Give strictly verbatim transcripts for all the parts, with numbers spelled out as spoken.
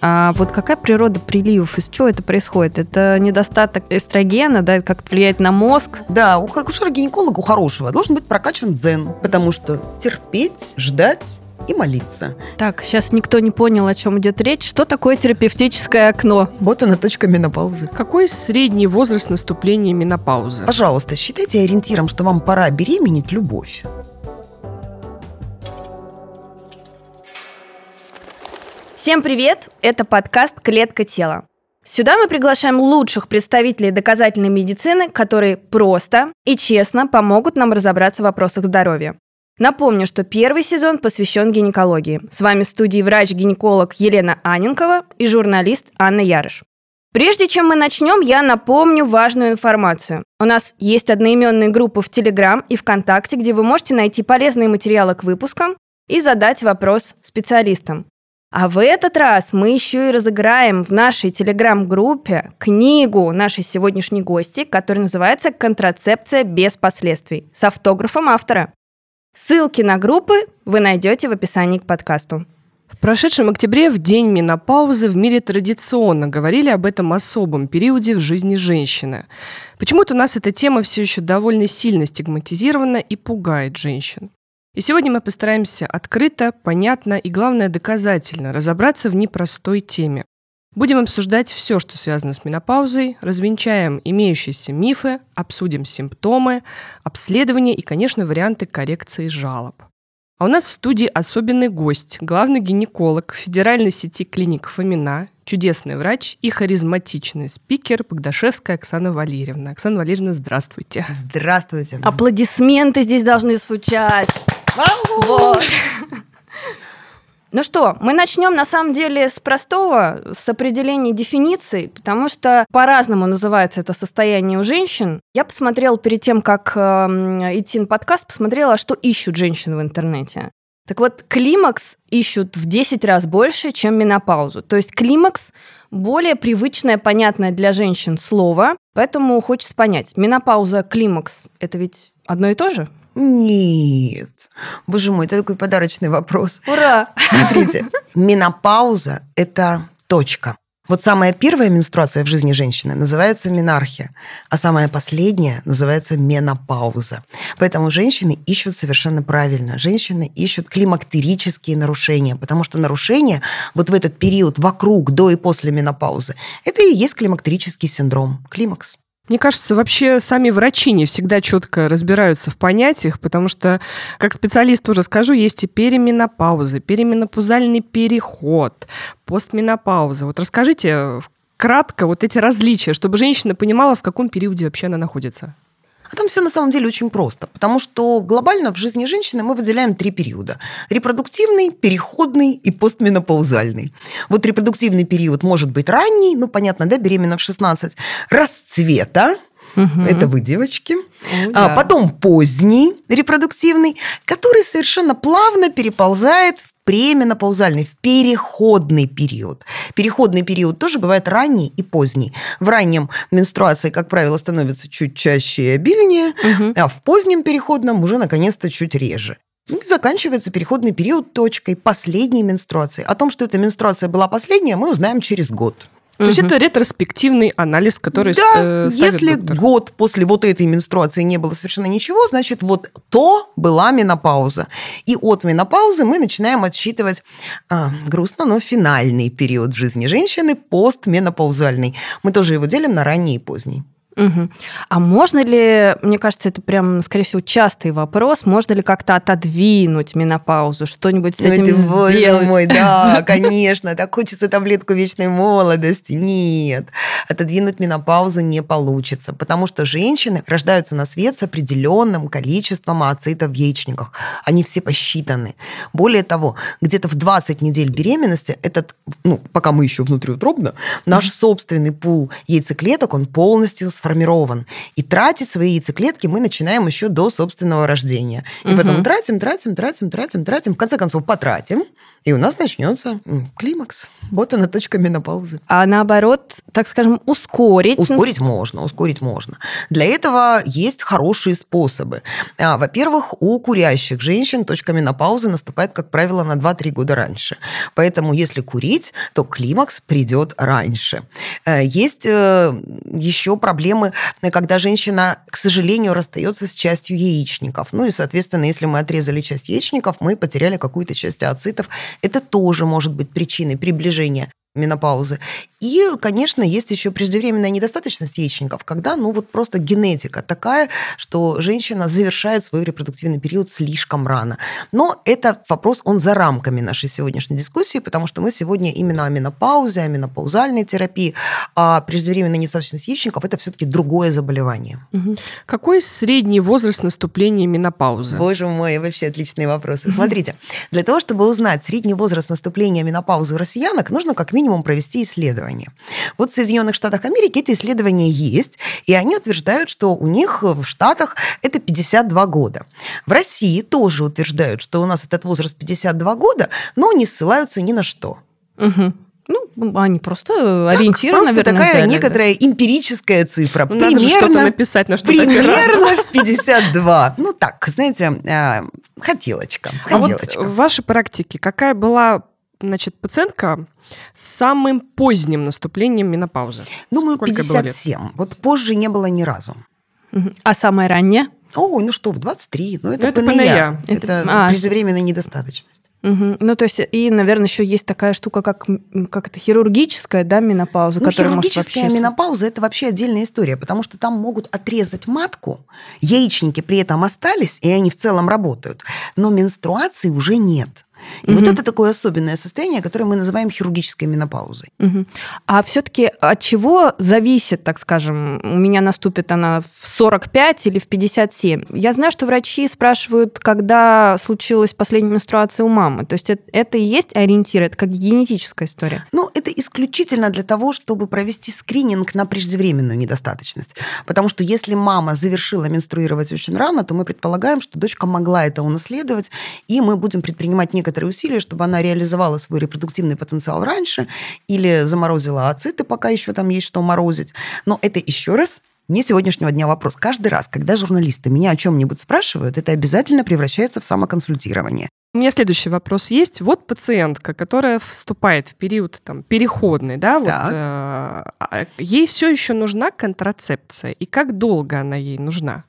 А вот какая природа приливов? Из чего это происходит? Это недостаток эстрогена, да, как влияет на мозг? Да, у акушера-гинеколога, у хорошего, должен быть прокачан дзен, потому что терпеть, ждать и молиться. Так, сейчас никто не понял, о чем идет речь. Что такое терапевтическое окно? Вот она, точка менопаузы. Какой средний возраст наступления менопаузы? Пожалуйста, считайте ориентиром, что вам пора беременеть, любовь. Всем привет! Это подкаст «Клетка тела». Сюда мы приглашаем лучших представителей доказательной медицины, которые просто и честно помогут нам разобраться в вопросах здоровья. Напомню, что первый сезон посвящен гинекологии. С вами в студии врач-гинеколог Елена Анненкова и журналист Анна Ярыш. Прежде чем мы начнем, я напомню важную информацию. У нас есть одноименные группы в Телеграм и ВКонтакте, где вы можете найти полезные материалы к выпускам и задать вопрос специалистам. А в этот раз мы еще и разыграем в нашей телеграм-группе книгу нашей сегодняшней гости, которая называется «Контрацепция без последствий» с автографом автора. Ссылки на группы вы найдете в описании к подкасту. В прошедшем октябре, в день менопаузы, в мире традиционно говорили об этом особом периоде в жизни женщины. Почему-то у нас эта тема все еще довольно сильно стигматизирована и пугает женщин. И сегодня мы постараемся открыто, понятно и, главное, доказательно разобраться в непростой теме. Будем обсуждать все, что связано с менопаузой, развенчаем имеющиеся мифы, обсудим симптомы, обследования и, конечно, варианты коррекции жалоб. А у нас в студии особенный гость, главный гинеколог федеральной сети клиник Фомина, чудесный врач и харизматичный спикер Богдашевская Оксана Валерьевна. Оксана Валерьевна, здравствуйте. Здравствуйте. Аплодисменты здесь должны звучать. Вот. Ну что, мы начнем на самом деле с простого, с определения дефиниций, потому что по-разному называется это состояние у женщин. Я посмотрела перед тем, как э, идти на подкаст, посмотрела, что ищут женщины в интернете. Так вот, климакс ищут в десять раз больше, чем менопаузу. То есть климакс более привычное, понятное для женщин слово, поэтому хочется понять, менопауза, климакс – это ведь одно и то же? Нет. Боже мой, это такой подарочный вопрос. Ура! Смотрите, менопауза – это точка. Вот самая первая менструация в жизни женщины называется менархия, а самая последняя называется менопауза. Поэтому женщины ищут совершенно правильно. Женщины ищут климактерические нарушения, потому что нарушения вот в этот период вокруг, до и после менопаузы – это и есть климактерический синдром, климакс. Мне кажется, вообще сами врачи не всегда четко разбираются в понятиях, потому что, как специалист уже скажу, есть и перименопауза, перименопаузальный переход, постменопауза. Вот расскажите кратко вот эти различия, чтобы женщина понимала, в каком периоде вообще она находится. А там все на самом деле очень просто, потому что глобально в жизни женщины мы выделяем три периода. Репродуктивный, переходный и постменопаузальный. Вот репродуктивный период может быть ранний, ну, понятно, да, беременна в шестнадцать, расцвета, угу. Это вы, девочки. О, да. А потом поздний репродуктивный, который совершенно плавно переползает в пременопаузальный, в переходный период. Переходный период тоже бывает ранний и поздний. В раннем менструации, как правило, становится чуть чаще и обильнее, угу. а в позднем переходном уже, наконец-то, чуть реже. И заканчивается переходный период точкой последней менструации. О том, что эта менструация была последняя, мы узнаем через год. То есть угу. это ретроспективный анализ, который да, э, ставит если доктор. Год после вот этой менструации не было совершенно ничего, значит, вот то была менопауза. И от менопаузы мы начинаем отсчитывать, а, грустно, но финальный период в жизни женщины, постменопаузальный. Мы тоже его делим на ранний и поздний. Угу. А можно ли, мне кажется, это прям, скорее всего, частый вопрос, можно ли как-то отодвинуть менопаузу, что-нибудь с ну, этим ты, сделать? Боже мой, да, конечно, так хочется таблетку вечной молодости. Нет, отодвинуть менопаузу не получится, потому что женщины рождаются на свет с определенным количеством ооцитов в яичниках. Они все посчитаны. Более того, где-то в двадцать недель беременности, этот, ну, пока мы еще внутриутробно, наш mm-hmm. собственный пул яйцеклеток, он полностью сформирован. И тратить свои яйцеклетки мы начинаем еще до собственного рождения. И угу. потом тратим, тратим, тратим, тратим, тратим. В конце концов, потратим. И у нас начнется климакс. Вот она, точка менопаузы. А наоборот, так скажем, ускорить? Ускорить можно, ускорить можно. Для этого есть хорошие способы. Во-первых, у курящих женщин точка менопаузы наступает, как правило, на два-три года раньше. Поэтому, если курить, то климакс придет раньше. Есть еще проблемы, когда женщина, к сожалению, расстается с частью яичников. Ну и, соответственно, если мы отрезали часть яичников, мы потеряли какую-то часть ооцитов. Это тоже может быть причиной приближения менопаузы. И, конечно, есть еще преждевременная недостаточность яичников, когда, ну, вот просто генетика такая, что женщина завершает свой репродуктивный период слишком рано. Но это вопрос, он за рамками нашей сегодняшней дискуссии, потому что мы сегодня именно о менопаузе, о менопаузальной терапии, а преждевременная недостаточность яичников – это все-таки другое заболевание. Угу. Какой средний возраст наступления менопаузы? Боже мой, вообще отличные вопросы. Смотрите, для того, чтобы узнать средний возраст наступления менопаузы у россиянок, нужно как минимум минимум провести исследования. Вот в Соединенных Штатах Америки эти исследования есть, и они утверждают, что у них в Штатах это пятьдесят два года. В России тоже утверждают, что у нас этот возраст пятьдесят два года, но не ссылаются ни на что. Угу. Ну, они просто ориентиры, просто наверное, такая взяли, некоторая да? эмпирическая цифра. Ну, примерно, надо же что-то написать, на что-то примерно в пятьдесят два. Ну так, знаете, хотелочка. хотелочка. А вот в вашей практике какая была, значит, пациентка с самым поздним наступлением менопаузы? Думаю, пятьдесят семь. Вот позже не было ни разу. А самое раннее? Ой, ну что, в двадцать три. Ну, это, ну, это ПНЯ. ПНЯ. Это, это а. преждевременная недостаточность. Угу. Ну, то есть, и, наверное, еще есть такая штука, как, как это, хирургическая, да, менопауза, ну, которая хирургическая может вообще... менопауза – это вообще отдельная история, потому что там могут отрезать матку, яичники при этом остались, и они в целом работают, но менструации уже нет. И угу. вот это такое особенное состояние, которое мы называем хирургической менопаузой. Угу. А все-таки от чего зависит, так скажем, у меня наступит она в сорок пять или в пятьдесят семь? Я знаю, что врачи спрашивают, когда случилась последняя менструация у мамы. То есть это, это и есть ориентир, это как генетическая история? Ну, это исключительно для того, чтобы провести скрининг на преждевременную недостаточность. Потому что если мама завершила менструировать очень рано, то мы предполагаем, что дочка могла это унаследовать, и мы будем предпринимать некоторые усилия, чтобы она реализовала свой репродуктивный потенциал раньше или заморозила ооциты, пока еще там есть что морозить. Но это еще раз не сегодняшнего дня вопрос. Каждый раз, когда журналисты меня о чем-нибудь спрашивают, это обязательно превращается в самоконсультирование. У меня следующий вопрос есть. Вот пациентка, которая вступает в период там, переходный, да, вот, э, ей все еще нужна контрацепция. И как долго она ей нужна?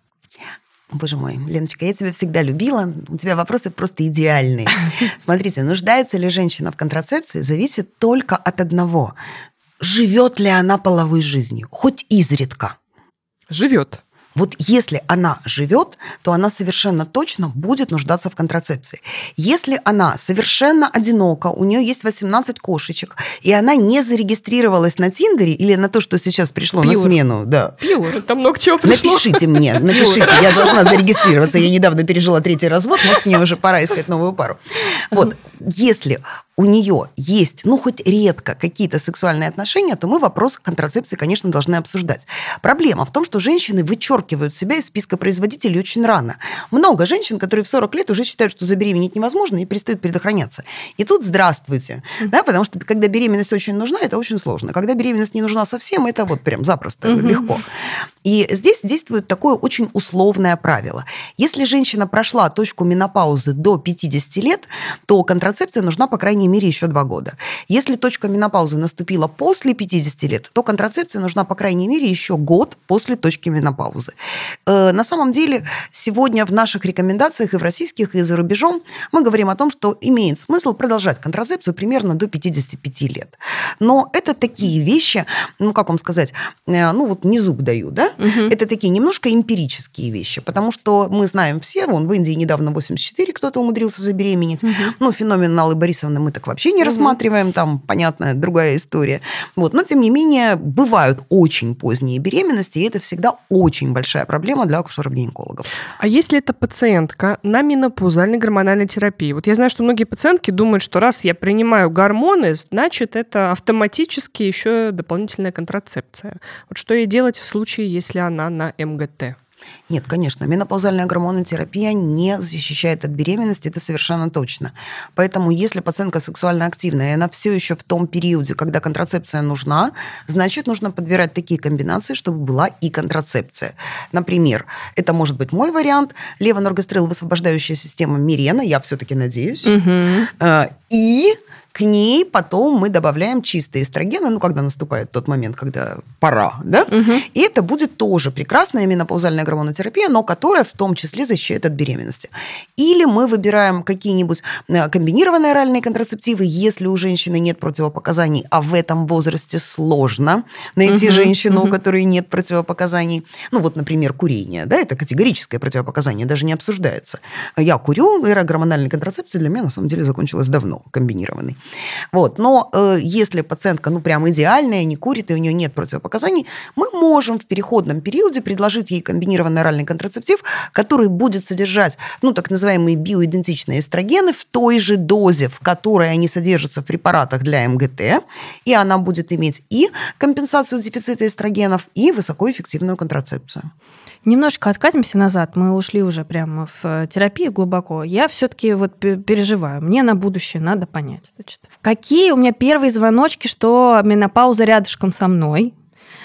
Боже мой, Леночка, я тебя всегда любила. У тебя вопросы просто идеальные. Смотрите, нуждается ли женщина в контрацепции, зависит только от одного. Живет ли она половой жизнью, хоть изредка? Живет. Вот если она живет, то она совершенно точно будет нуждаться в контрацепции. Если она совершенно одинока, у нее есть восемнадцать кошечек, и она не зарегистрировалась на Тиндере или на то, что сейчас пришло Пьюр. на смену. Да. Пьюр, там много чего пришло. Напишите мне, напишите, я должна зарегистрироваться. Я недавно пережила третий развод, может, мне уже пора искать новую пару. Вот, если у нее есть, ну, хоть редко какие-то сексуальные отношения, то мы вопрос контрацепции, конечно, должны обсуждать. Проблема в том, что женщины вычеркивают себя из списка производителей очень рано. Много женщин, которые в сорок лет уже считают, что забеременеть невозможно и перестают предохраняться. И тут здравствуйте. Да, потому что когда беременность очень нужна, это очень сложно. Когда беременность не нужна совсем, это вот прям запросто, mm-hmm. легко. И здесь действует такое очень условное правило. Если женщина прошла точку менопаузы до пятидесяти лет, то контрацепция нужна, по крайней мере, еще два года. Если точка менопаузы наступила после пятидесяти лет, то контрацепция нужна, по крайней мере, еще год после точки менопаузы. На самом деле, сегодня в наших рекомендациях и в российских, и за рубежом мы говорим о том, что имеет смысл продолжать контрацепцию примерно до пятидесяти пяти лет. Но это такие вещи, ну, как вам сказать, ну, вот не зуб даю, да? Угу. Это такие немножко эмпирические вещи, потому что мы знаем все, вон в Индии недавно восемьдесят четыре кто-то умудрился забеременеть. Угу. Ну, феномен Аллы Борисовны мы так вообще не угу. рассматриваем, там, понятно, другая история. Вот. Но, тем не менее, бывают очень поздние беременности, и это всегда очень большая проблема для акушеров-гинекологов. А если это пациентка на менопаузальной гормональной терапии? Вот я знаю, что многие пациентки думают, что раз я принимаю гормоны, значит, это автоматически еще дополнительная контрацепция. Вот что ей делать в случае, если она на МГТ? Нет, конечно, менопаузальная гормонотерапия не защищает от беременности, это совершенно точно. Поэтому если пациентка сексуально активная, и она все еще в том периоде, когда контрацепция нужна, значит, нужно подбирать такие комбинации, чтобы была и контрацепция. Например, это может быть мой вариант, левоноргострел-высвобождающая система Мирена, я все-таки надеюсь, угу. и... К ней потом мы добавляем чистые эстрогены, ну, когда наступает тот момент, когда пора, да? Угу. И это будет тоже прекрасная менопаузальная гормонотерапия, но которая в том числе защищает от беременности. Или мы выбираем какие-нибудь комбинированные оральные контрацептивы, если у женщины нет противопоказаний, а в этом возрасте сложно найти угу. женщину, угу. у которой нет противопоказаний. Ну, вот, например, курение, да, это категорическое противопоказание, даже не обсуждается. Я курю, эра гормональной контрацепции для меня, на самом деле, закончилась давно, комбинированной. Вот. Но э, если пациентка, ну, прям идеальная, не курит, и у нее нет противопоказаний, мы можем в переходном периоде предложить ей комбинированный оральный контрацептив, который будет содержать, ну, так называемые биоидентичные эстрогены в той же дозе, в которой они содержатся в препаратах для МГТ, и она будет иметь и компенсацию дефицита эстрогенов, и высокоэффективную контрацепцию. Немножко откатимся назад. Мы ушли уже прямо в терапию глубоко. Я все-таки вот переживаю. Мне на будущее надо понять. Значит, какие у меня первые звоночки, что менопауза рядышком со мной?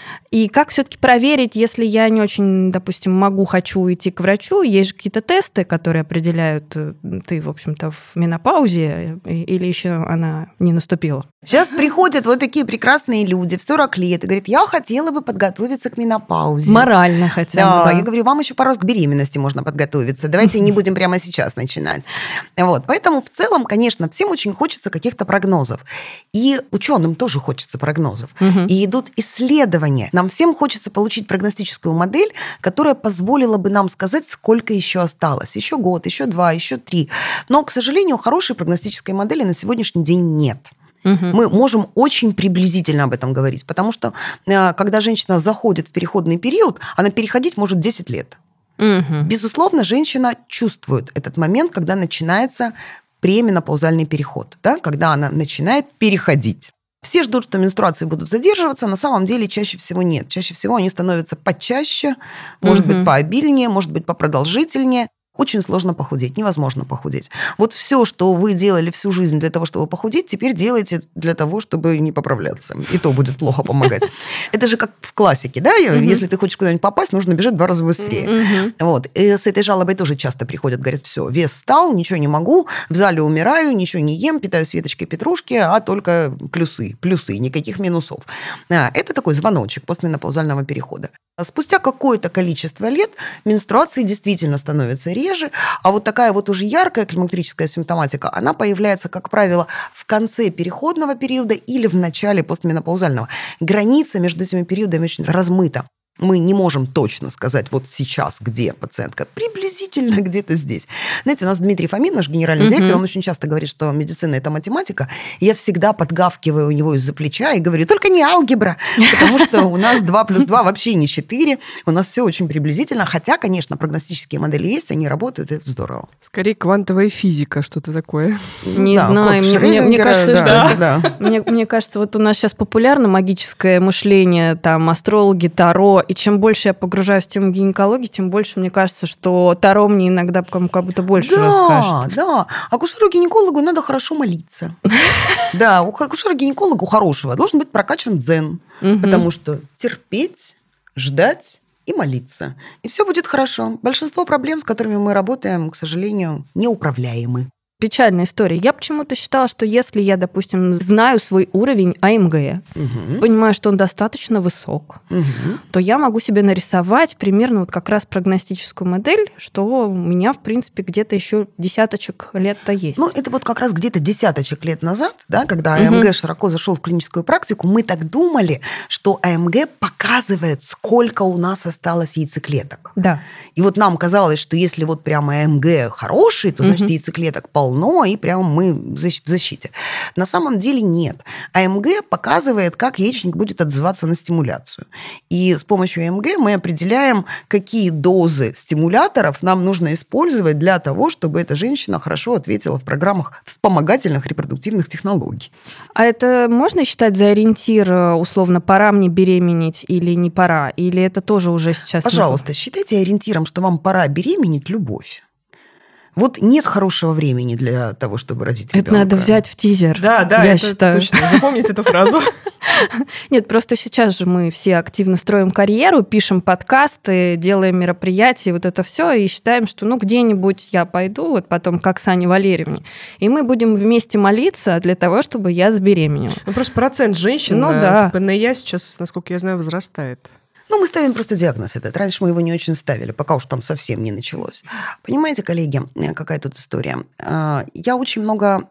И как все-таки проверить, если я не очень, допустим, могу, хочу идти к врачу, есть же какие-то тесты, которые определяют, ты, в общем-то, в менопаузе или еще она не наступила? Сейчас приходят вот такие прекрасные люди в сорок лет и говорят, я хотела бы подготовиться к менопаузе. Морально хотя бы. Да, я говорю, вам еще пару раз к беременности можно подготовиться. Давайте не будем прямо сейчас начинать. Вот. Поэтому в целом, конечно, всем очень хочется каких-то прогнозов. И ученым тоже хочется прогнозов. Угу. И идут исследования. Нам всем хочется получить прогностическую модель, которая позволила бы нам сказать, сколько еще осталось. Еще год, еще два, еще три. Но, к сожалению, хорошей прогностической модели на сегодняшний день нет. Угу. Мы можем очень приблизительно об этом говорить, потому что когда женщина заходит в переходный период, она переходить может десять лет. Угу. Безусловно, женщина чувствует этот момент, когда начинается пременопаузальный переход, да, когда она начинает переходить. Все ждут, что менструации будут задерживаться, на самом деле чаще всего нет. Чаще всего они становятся почаще, может угу. быть, пообильнее, может быть, попродолжительнее. Очень сложно похудеть, невозможно похудеть. Вот все, что вы делали всю жизнь для того, чтобы похудеть, теперь делайте для того, чтобы не поправляться. И то будет плохо помогать. Это же как в классике, да? Если ты хочешь куда-нибудь попасть, нужно бежать в два раза быстрее. Вот. И с этой жалобой тоже часто приходят, говорят, все, вес стал, ничего не могу, в зале умираю, ничего не ем, питаюсь веточкой петрушки, а только плюсы, плюсы, никаких минусов. Это такой звоночек постменопаузального перехода. Спустя какое-то количество лет менструации действительно становятся реже, а вот такая вот уже яркая климактерическая симптоматика, она появляется, как правило, в конце переходного периода или в начале постменопаузального. Граница между этими периодами очень размыта. Мы не можем точно сказать вот сейчас, где пациентка. Приблизительно где-то здесь. Знаете, у нас Дмитрий Фомин, наш генеральный uh-huh. директор, он очень часто говорит, что медицина – это математика. И я всегда подгавкиваю у него из-за плеча и говорю, только не алгебра, потому что у нас два плюс два вообще не четыре. У нас все очень приблизительно. Хотя, конечно, прогностические модели есть, они работают, и это здорово. Скорее квантовая физика, что-то такое. Не да, знаю, мне, мне, мне кажется, да, что... Да. Мне, мне кажется, вот у нас сейчас популярно магическое мышление, там, астрологи, таро. И чем больше я погружаюсь в тему гинекологии, тем больше мне кажется, что таро мне иногда как будто больше да, расскажет. Да, да. Акушеру-гинекологу надо хорошо молиться. Да, у акушера-гинекологу хорошего должен быть прокачан дзен, потому что терпеть, ждать и молиться. И все будет хорошо. Большинство проблем, с которыми мы работаем, к сожалению, неуправляемы. Печальная история. Я почему-то считала, что если я, допустим, знаю свой уровень АМГ, угу. понимаю, что он достаточно высок, угу. то я могу себе нарисовать примерно вот как раз прогностическую модель, что у меня, в принципе, где-то еще десяточек лет-то есть. Ну, это вот как раз где-то десяточек лет назад, да, когда АМГ угу. широко зашел в клиническую практику, мы так думали, что АМГ показывает, сколько у нас осталось яйцеклеток. Да. И вот нам казалось, что если вот прямо АМГ хороший, то, значит, угу. яйцеклеток полно, полно, и прямо мы в защите. На самом деле нет. АМГ показывает, как яичник будет отзываться на стимуляцию. И с помощью АМГ мы определяем, какие дозы стимуляторов нам нужно использовать для того, чтобы эта женщина хорошо ответила в программах вспомогательных репродуктивных технологий. А это можно считать за ориентир, условно, пора мне беременеть или не пора? Или это тоже уже сейчас... Пожалуйста, считайте ориентиром, что вам пора беременеть, любовь. Вот нет хорошего времени для того, чтобы родить ребенка. Это надо взять в тизер. Да, да, я это, считаю. это точно. Запомните эту фразу. Нет, просто сейчас же мы все активно строим карьеру, пишем подкасты, делаем мероприятия, вот это все, и считаем, что ну где-нибудь я пойду, вот потом к Оксане Валерьевне, и мы будем вместе молиться для того, чтобы я забеременела. Ну, просто процент женщин ну, с да. ПНЯ сейчас, насколько я знаю, возрастает. Ну, мы ставим просто диагноз этот. Раньше мы его не очень ставили, пока уж там совсем не началось. Понимаете, коллеги, какая тут история? Я очень много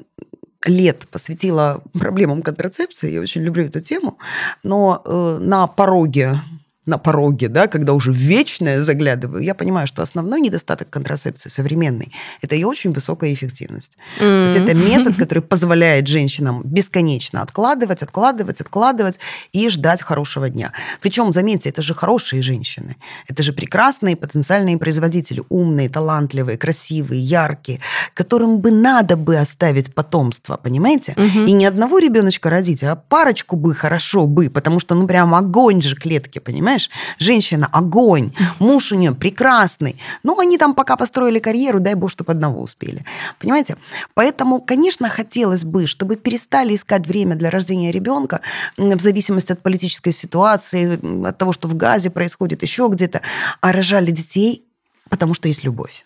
лет посвятила проблемам контрацепции, я очень люблю эту тему, но на пороге на пороге, да, когда уже в вечное заглядываю, я понимаю, что основной недостаток контрацепции современной – это ее очень высокая эффективность. Mm-hmm. То есть это метод, который позволяет женщинам бесконечно откладывать, откладывать, откладывать и ждать хорошего дня. Причем, заметьте, это же хорошие женщины. Это же прекрасные потенциальные производители, умные, талантливые, красивые, яркие, которым бы надо бы оставить потомство, понимаете? Mm-hmm. И не одного ребеночка родить, а парочку бы хорошо бы, потому что, ну, прям огонь же клетки, понимаешь? Женщина – огонь, муж у нее прекрасный. Ну, они там пока построили карьеру, дай бог, чтобы одного успели. Понимаете? Поэтому, конечно, хотелось бы, чтобы перестали искать время для рождения ребенка в зависимости от политической ситуации, от того, что в Газе происходит, еще где-то, а рожали детей, потому что есть любовь.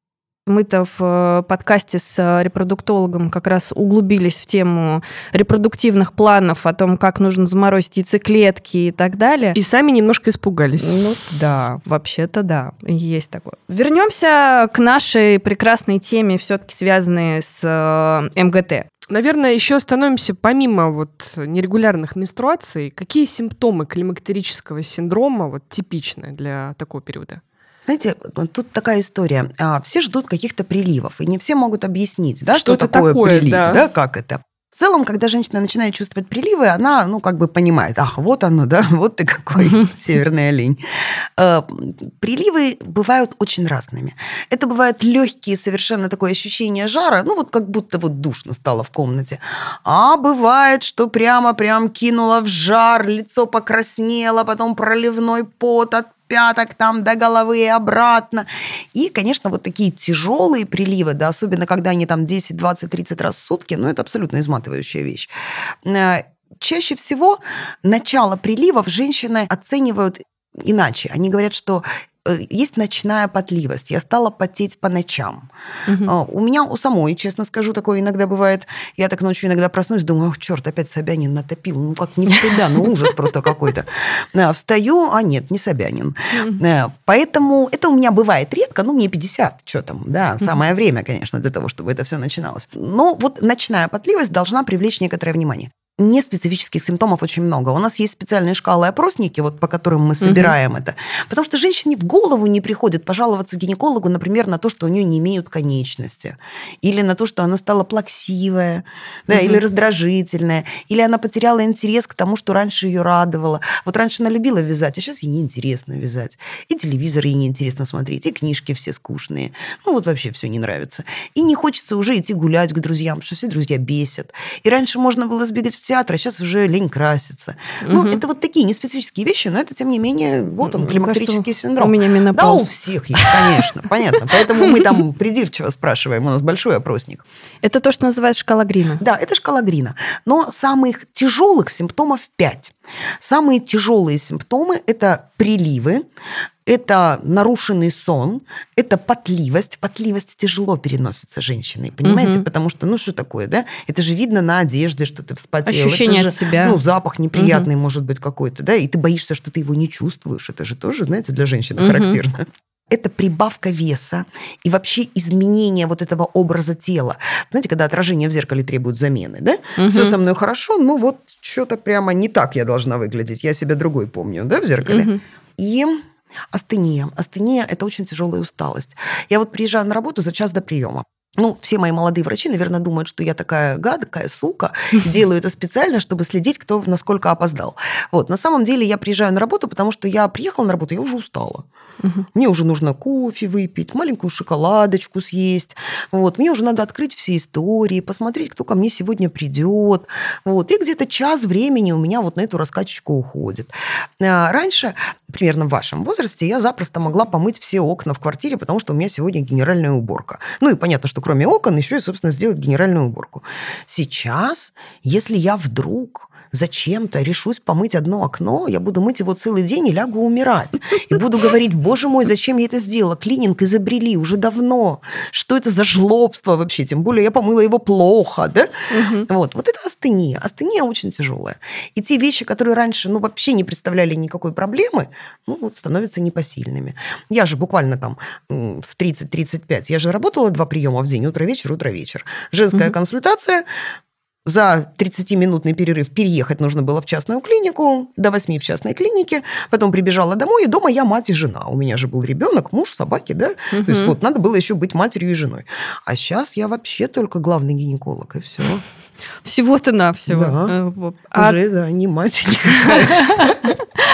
Мы-то в подкасте с репродуктологом как раз углубились в тему репродуктивных планов, о том, как нужно заморозить яйцеклетки и так далее. И сами немножко испугались. Ну да, вообще-то да, есть такое. Вернемся к нашей прекрасной теме, все-таки связанной с МГТ. Наверное, еще остановимся, помимо вот нерегулярных менструаций, какие симптомы климактерического синдрома вот, типичны для такого периода? Знаете, тут такая история. Все ждут каких-то приливов, и не все могут объяснить, да, что, что такое, такое прилив, да. да, как это. В целом, когда женщина начинает чувствовать приливы, она, ну, как бы понимает, ах, вот оно, да, вот ты какой северный олень. Приливы бывают очень разными. Это бывают легкие, совершенно такое ощущение жара, ну, вот как будто вот душно стало в комнате. А бывает, что прямо-прям кинуло в жар, лицо покраснело, потом проливной пот от пяток там до головы и обратно. И, конечно, вот такие тяжелые приливы, да, особенно когда они там десять, двадцать, тридцать раз в сутки, ну, это абсолютно изматывающая вещь. Чаще всего начало приливов женщины оценивают иначе. Они говорят, что есть ночная потливость. Я стала потеть по ночам. Угу. У меня у самой, честно скажу, такое иногда бывает. Я так ночью иногда проснусь, думаю, ох, черт, опять Собянин натопил. Ну, как не в себя, ну, ужас просто какой-то. Встаю, а нет, не Собянин. Угу. Поэтому это у меня бывает редко, ну, мне пятьдесят, что там, да, самое угу. время, конечно, для того, чтобы это все начиналось. Но вот ночная потливость должна привлечь некоторое внимание. Неспецифических симптомов очень много. У нас есть специальные шкалы и опросники, вот, по которым мы собираем угу. это. Потому что женщине в голову не приходит пожаловаться гинекологу, например, на то, что у нее не имеют конечности. Или на то, что она стала плаксивая, да, угу. или раздражительная. Или она потеряла интерес к тому, что раньше ее радовало. Вот раньше она любила вязать, а сейчас ей неинтересно вязать. И телевизор ей неинтересно смотреть, и книжки все скучные. Ну вот вообще все не нравится. И не хочется уже идти гулять к друзьям, потому что все друзья бесят. И раньше можно было сбегать в театр, а сейчас уже лень краситься. Угу. Ну, это вот такие неспецифические вещи, но это, тем не менее, вот он, климактерический синдром. У меня менопауз. Да, у всех есть, конечно, понятно. Поэтому мы там придирчиво спрашиваем, у нас большой опросник. Это то, что называется шкала Грина. Да, это шкала Грина. Но самых тяжелых симптомов пять. Самые тяжелые симптомы – это приливы, это нарушенный сон, это потливость. Потливость тяжело переносится женщиной, понимаете? Угу. Потому что, ну, что такое, да? Это же видно на одежде, что ты вспотел. Ощущение это от же, себя. Ну, запах неприятный угу. может быть какой-то, да? И ты боишься, что ты его не чувствуешь. Это же тоже, знаете, для женщины угу. характерно. Это прибавка веса и вообще изменение вот этого образа тела. Знаете, когда отражение в зеркале требует замены, да? Угу. Все со мной хорошо, ну вот что-то прямо не так я должна выглядеть. Я себя другой помню, да, в зеркале. Угу. И астения. Астения – это очень тяжелая усталость. Я вот приезжаю на работу за час до приема. Ну, все мои молодые врачи, наверное, думают, что я такая гадкая сука, делаю это специально, чтобы следить, кто насколько опоздал. Вот. На самом деле я приезжаю на работу, потому что я приехала на работу, я уже устала. Угу. Мне уже нужно кофе выпить, маленькую шоколадочку съесть. Вот. Мне уже надо открыть все истории, посмотреть, кто ко мне сегодня придет. Вот. И где-то час времени у меня вот на эту раскачечку уходит. Раньше, примерно в вашем возрасте, я запросто могла помыть все окна в квартире, потому что у меня сегодня генеральная уборка. Ну и понятно, что кроме окон еще и, собственно, сделать генеральную уборку. Сейчас, если я вдруг зачем-то решусь помыть одно окно, я буду мыть его целый день и лягу умирать. И буду говорить, боже мой, зачем я это сделала? Клининг изобрели уже давно. Что это за жлобство вообще? Тем более я помыла его плохо, да? Угу. Вот. Вот это астения. Астения очень тяжелая. И те вещи, которые раньше ну, вообще не представляли никакой проблемы, ну, вот становятся непосильными. Я же буквально там в тридцать-тридцать пять, я же работала два приема в день, утро-вечер, утро-вечер. Женская угу. консультация. За тридцатиминутный перерыв переехать нужно было в частную клинику, до восьми в частной клинике, потом прибежала домой, и дома я мать и жена. У меня же был ребенок, муж, собаки, да? Угу. То есть вот надо было еще быть матерью и женой. А сейчас я вообще только главный гинеколог, и все. Всего-то навсего. Да, а... уже, да, не мать никакая.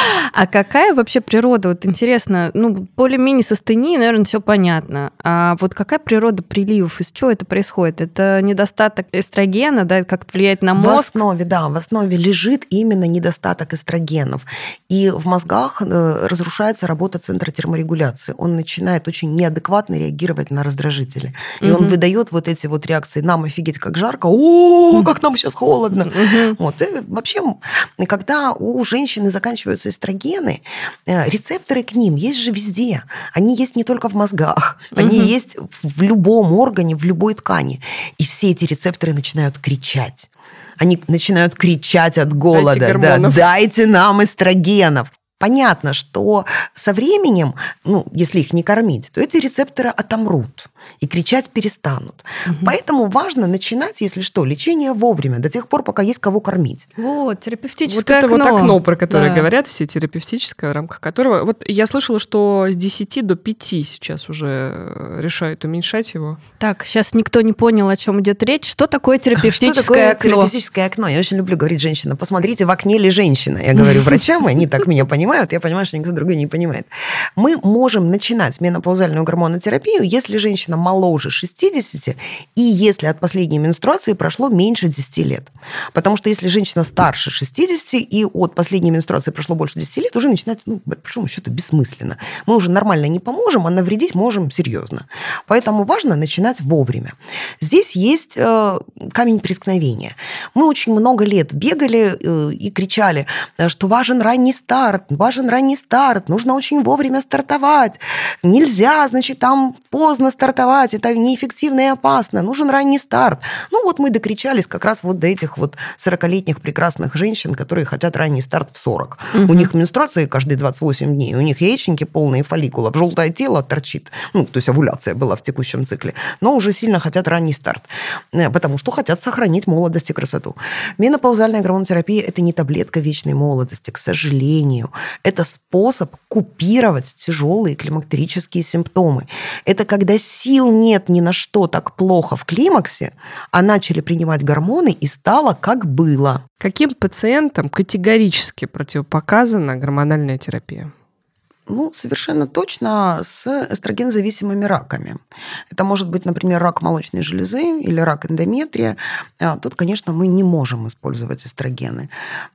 А какая вообще природа? Вот интересно, ну, более-менее с астенией, наверное, все понятно. А вот какая природа приливов? Из чего это происходит? Это недостаток эстрогена, да, как влияет на мозг? В основе, да, в основе лежит именно недостаток эстрогенов. И в мозгах разрушается работа центра терморегуляции. Он начинает очень неадекватно реагировать на раздражители. И угу. он выдает вот эти вот реакции. Нам офигеть, как жарко. О, как нам сейчас холодно. Угу. Вот. И вообще, когда у женщины заканчиваются эстрогены, рецепторы к ним есть же везде. Они есть не только в мозгах. Они угу. есть в любом органе, в любой ткани. И все эти рецепторы начинают кричать. Они начинают кричать от голода. Дайте да, дайте нам эстрогенов. Понятно, что со временем, ну, если их не кормить, то эти рецепторы отомрут и кричать перестанут. Угу. Поэтому важно начинать, если что, лечение вовремя, до тех пор, пока есть кого кормить. Вот, терапевтическое окно. Вот это окно. вот окно, про которое да. говорят, все терапевтическое, в рамках которого... Вот я слышала, что с десяти до пяти сейчас уже решают уменьшать его. Так, сейчас никто не понял, о чем идет речь. Что такое терапевтическое что такое окно? терапевтическое окно? Я очень люблю говорить женщинам, посмотрите, в окне ли женщина. Я говорю врачам, и они так меня понимают, я понимаю, что никто другой не понимает. Мы можем начинать менопаузальную гормонотерапию, если женщина моложе шестидесяти, и если от последней менструации прошло меньше десяти лет. Потому что если женщина старше шестидесяти, и от последней менструации прошло больше десяти лет, уже начинать, ну, по большому счету, бессмысленно. Мы уже нормально не поможем, а навредить можем серьезно. Поэтому важно начинать вовремя. Здесь есть э, камень преткновения. Мы очень много лет бегали э, и кричали, что важен ранний старт, важен ранний старт, нужно очень вовремя стартовать. Нельзя, значит, там поздно стартовать, это неэффективно и опасно, нужен ранний старт. Ну вот мы докричались как раз вот до этих вот сорокалетних прекрасных женщин, которые хотят ранний старт в сорок. Угу. У них менструации каждые двадцать восемь дней, у них яичники полные фолликулов, желтое тело торчит, ну, то есть овуляция была в текущем цикле, но уже сильно хотят ранний старт, потому что хотят сохранить молодость и красоту. Менопаузальная гормонотерапия – это не таблетка вечной молодости, к сожалению. Это способ купировать тяжелые климактерические симптомы. Это когда сил нет ни на что так плохо в климаксе, а начали принимать гормоны, и стало как было. Каким пациентам категорически противопоказана гормональная терапия? Ну, совершенно точно с эстрогензависимыми раками. Это может быть, например, рак молочной железы или рак эндометрия. Тут, конечно, мы не можем использовать эстрогены.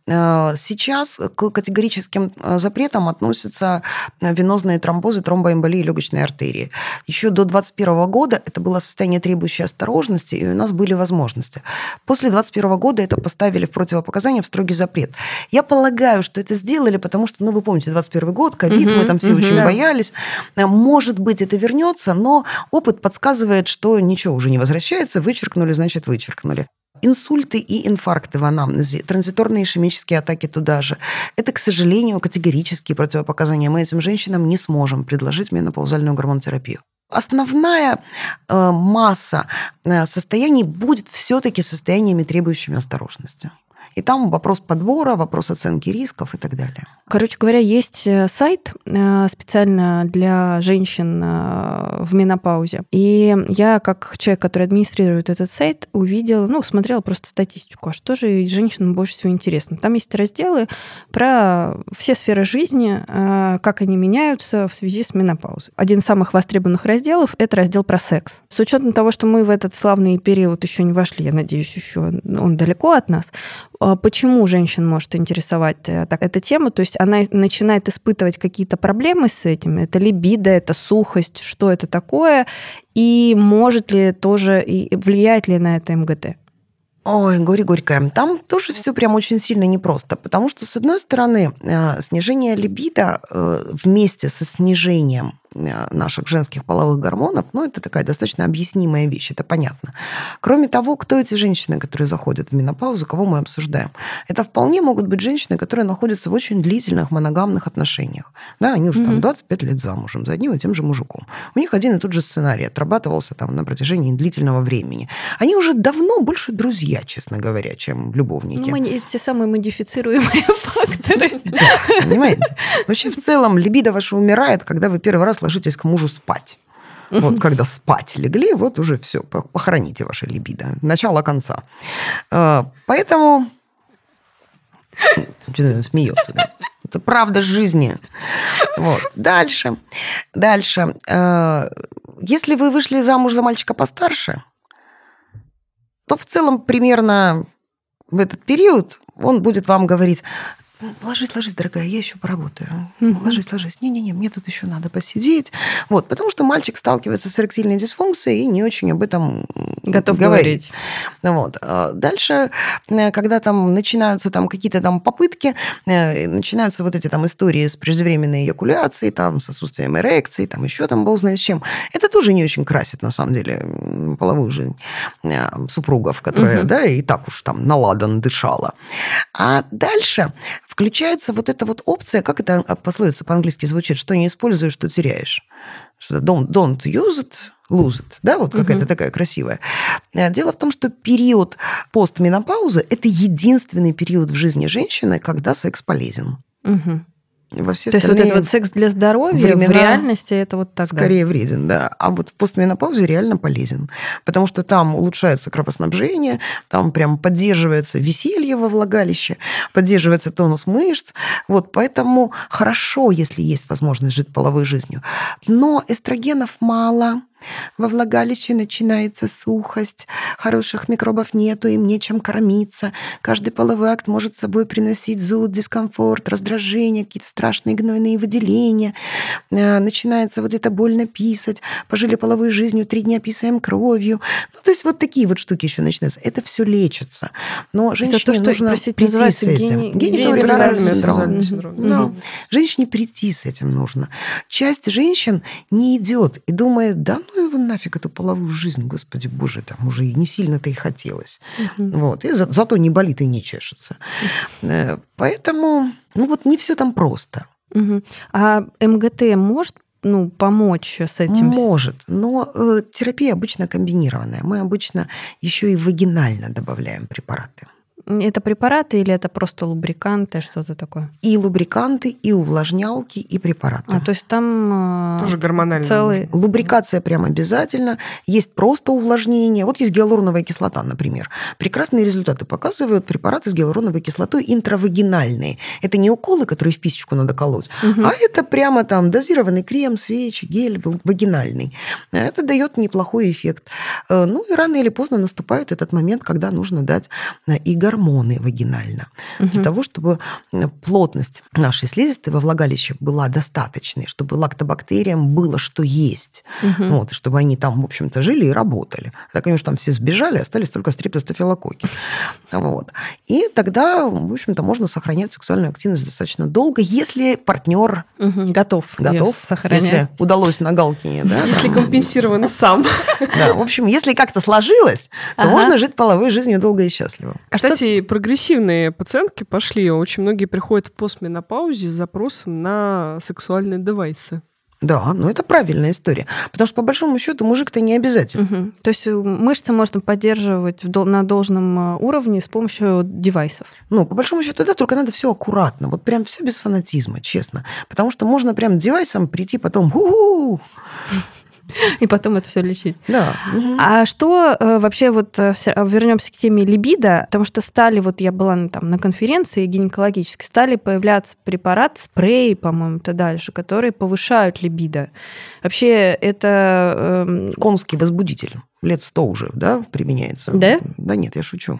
Сейчас к категорическим запретам относятся венозные тромбозы, тромбоэмболии легочной артерии. Еще до двадцать первого года это было состояние, требующее осторожности, и у нас были возможности. После двадцать первого года это поставили в противопоказания в строгий запрет. Я полагаю, что это сделали, потому что, ну, вы помните, двадцать первый год, ковид, мы там все mm-hmm. очень боялись. Может быть, это вернется, но опыт подсказывает, что ничего уже не возвращается. Вычеркнули, значит, вычеркнули. Инсульты и инфаркты в анамнезе, транзиторные ишемические атаки туда же. Это, к сожалению, категорические противопоказания. Мы этим женщинам не сможем предложить менопаузальную гормонотерапию. Основная э, масса э, состояний будет все-таки состояниями, требующими осторожности. И там вопрос подбора, вопрос оценки рисков и так далее. Короче говоря, есть сайт специально для женщин в менопаузе. И я, как человек, который администрирует этот сайт, увидела, ну, смотрела просто статистику, а что же женщинам больше всего интересно. Там есть разделы про все сферы жизни, как они меняются в связи с менопаузой. Один из самых востребованных разделов – это раздел про секс. С учетом того, что мы в этот славный период еще не вошли, я надеюсь, еще он далеко от нас, почему женщин может интересовать эта тема? То есть она начинает испытывать какие-то проблемы с этим. Это либидо, это сухость, что это такое? И может ли тоже, и влияет ли на это МГТ? Ой, горе горькое. Там тоже все прям очень сильно непросто, потому что, с одной стороны, снижение либидо вместе со снижением наших женских половых гормонов, ну, это такая достаточно объяснимая вещь, это понятно. Кроме того, кто эти женщины, которые заходят в менопаузу, кого мы обсуждаем? Это вполне могут быть женщины, которые находятся в очень длительных моногамных отношениях. Да, они уже mm-hmm. там двадцать пять лет замужем за одним и тем же мужиком. У них один и тот же сценарий отрабатывался там на протяжении длительного времени. Они уже давно больше друзья, честно говоря, чем любовники. Ну, мы, те самые модифицируемые факторы. Понимаете? Вообще, в целом, либидо ваше умирает, когда вы первый раз ложитесь к мужу спать. Вот когда спать легли, вот уже все, похороните ваше либидо. Начало конца. Поэтому... Что-то смеется, да? Это правда жизни. Вот. Дальше. Дальше. Если вы вышли замуж за мальчика постарше, то в целом примерно в этот период он будет вам говорить: ложись, ложись, дорогая, я еще поработаю. Mm-hmm. Ложись, ложись. Не-не-не, мне тут еще надо посидеть. Вот, потому что мальчик сталкивается с эректильной дисфункцией и не очень об этом готов говорить. говорить. Вот. Дальше, когда там начинаются там какие-то там попытки, начинаются вот эти там истории с преждевременной эякуляцией, там, с отсутствием эрекции, там еще там бог знает с чем. Это тоже не очень красит, на самом деле, половую жизнь супругов, которая, mm-hmm. да, и так уж там наладан дышала. А дальше включается вот эта вот опция, как это пословица по-английски звучит, что не используешь, что теряешь. Что don't, don't use it, lose it. Да, вот какая-то uh-huh. такая красивая. Дело в том, что период постменопаузы – это единственный период в жизни женщины, когда секс полезен. Uh-huh. Во все То есть вот этот вот секс для здоровья в реальности это вот так. Скорее вреден, да. А вот в постменопаузе реально полезен. Потому что там улучшается кровоснабжение, там прям поддерживается веселье во влагалище, поддерживается тонус мышц. Вот, поэтому хорошо, если есть возможность жить половой жизнью. Но эстрогенов мало. Во влагалище начинается сухость, хороших микробов нету, им нечем кормиться. Каждый половой акт может с собой приносить зуд, дискомфорт, раздражение, какие-то страшные гнойные выделения. Начинается вот это больно писать. Пожили половой жизнью, три дня писаем кровью. Ну, то есть вот такие вот штуки еще начинаются. Это все лечится. Но женщине то, что, нужно простите, прийти с этим. Генитоуринарный синдром. синдром. Но угу. Женщине прийти с этим нужно. Часть женщин не идет и думает: да, ну его нафиг, эту половую жизнь, господи боже, там уже и не сильно-то и хотелось. Uh-huh. Вот. И за, зато не болит и не чешется. Uh-huh. Поэтому, ну вот не все там просто. Uh-huh. А МГТ может ну, помочь с этим? Может, но э, терапия обычно комбинированная. Мы обычно еще и вагинально добавляем препараты. Это препараты или это просто лубриканты, что-то такое? И лубриканты, и увлажнялки, и препараты. А, то есть там тоже гормонально. Целый... Лубрикация прям обязательно. Есть просто увлажнение. Вот есть гиалуроновая кислота, например. Прекрасные результаты показывают препараты с гиалуроновой кислотой интравагинальные. Это не уколы, которые в писечку надо колоть, угу. а это прямо там дозированный крем, свечи, гель вагинальный. Это дает неплохой эффект. Ну и рано или поздно наступает этот момент, когда нужно дать и гормоны вагинально. Угу. Для того, чтобы плотность нашей слизистой во влагалище была достаточной, чтобы лактобактериям было что есть. Угу. Вот, и чтобы они там, в общем-то, жили и работали. Так, конечно, там все сбежали, остались только стрептостафилококки. Вот. И тогда, в общем-то, можно сохранять сексуальную активность достаточно долго, если партнер угу. готов, готов сохранять. Если удалось на Галкине. Да, если там, компенсирован сам. Да, в общем, если как-то сложилось, то ага. можно жить половой жизнью долго и счастливо. Кстати, Что... прогрессивные пациентки пошли. Очень многие приходят в постменопаузе с запросом на сексуальные девайсы. Да, но это правильная история. Потому что, по большому счету, мужик-то не обязательно. Угу. То есть мышцы можно поддерживать на должном уровне с помощью девайсов? Ну, по большому счету, да, только надо все аккуратно. Вот прям все без фанатизма, честно. Потому что можно прям девайсом прийти потом... У-у-у! И потом это все лечить. Да. Угу. А что э, вообще, вот вернемся к теме либидо, потому что стали, вот я была там на конференции гинекологической, стали появляться препараты, спреи, по-моему, то дальше, которые повышают либидо. Вообще это... Э... Конский возбудитель. Лет сто уже, да, применяется. Да? Да нет, я шучу.